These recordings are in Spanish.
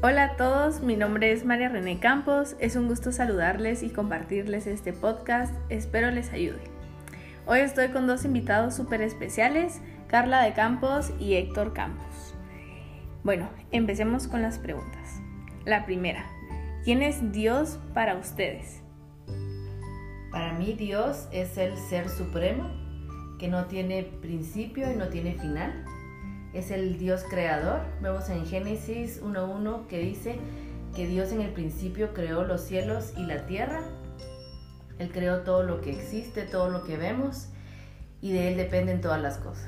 Hola a todos, mi nombre es María René Campos, es un gusto saludarles y compartirles este podcast, espero les ayude. Hoy estoy con dos invitados súper especiales, Carla de Campos y Héctor Campos. Bueno, empecemos con las preguntas. La primera, ¿quién es Dios para ustedes? Para mí Dios es el ser supremo, que no tiene principio y no tiene final. Es el Dios creador. Vemos en Génesis 1:1 que dice que Dios en el principio creó los cielos y la tierra. Él creó todo lo que existe, todo lo que vemos, y de Él dependen todas las cosas.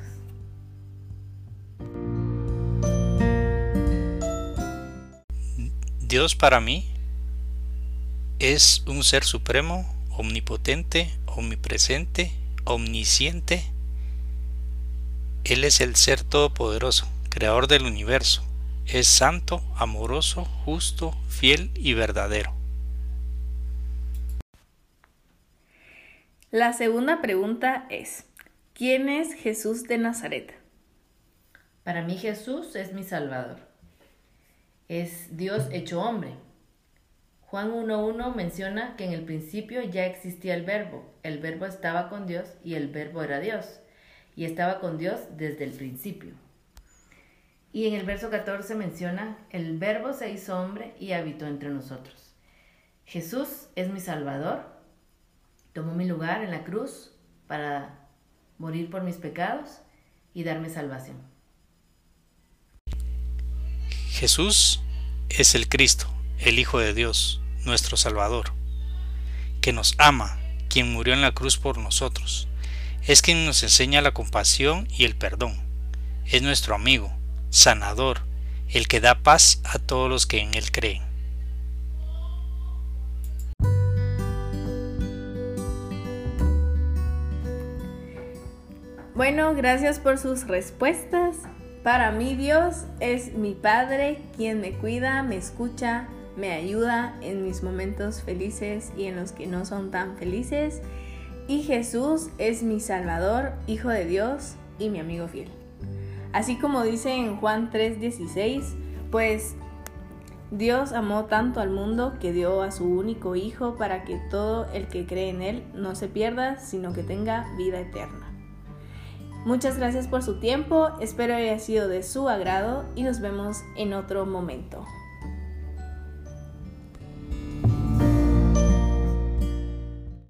Dios para mí es un ser supremo, omnipotente, omnipresente, omnisciente. Él es el ser todopoderoso, creador del universo. Es santo, amoroso, justo, fiel y verdadero. La segunda pregunta es, ¿quién es Jesús de Nazaret? Para mí Jesús es mi Salvador. Es Dios hecho hombre. Juan 1:1 menciona que en el principio ya existía el verbo estaba con Dios y el verbo era Dios, y estaba con Dios desde el principio. Y en el verso 14 menciona, el verbo se hizo hombre y habitó entre nosotros. Jesús es mi Salvador, tomó mi lugar en la cruz para morir por mis pecados y darme salvación. Jesús es el Cristo, el Hijo de Dios, nuestro Salvador, que nos ama, quien murió en la cruz por nosotros. Es quien nos enseña la compasión y el perdón. Es nuestro amigo, sanador, el que da paz a todos los que en Él creen. Bueno, gracias por sus respuestas. Para mí Dios es mi Padre, quien me cuida, me escucha, me ayuda en mis momentos felices y en los que no son tan felices. Y Jesús es mi Salvador, Hijo de Dios y mi amigo fiel. Así como dice en Juan 3:16, pues Dios amó tanto al mundo que dio a su único Hijo para que todo el que cree en Él no se pierda, sino que tenga vida eterna. Muchas gracias por su tiempo, espero haya sido de su agrado y nos vemos en otro momento.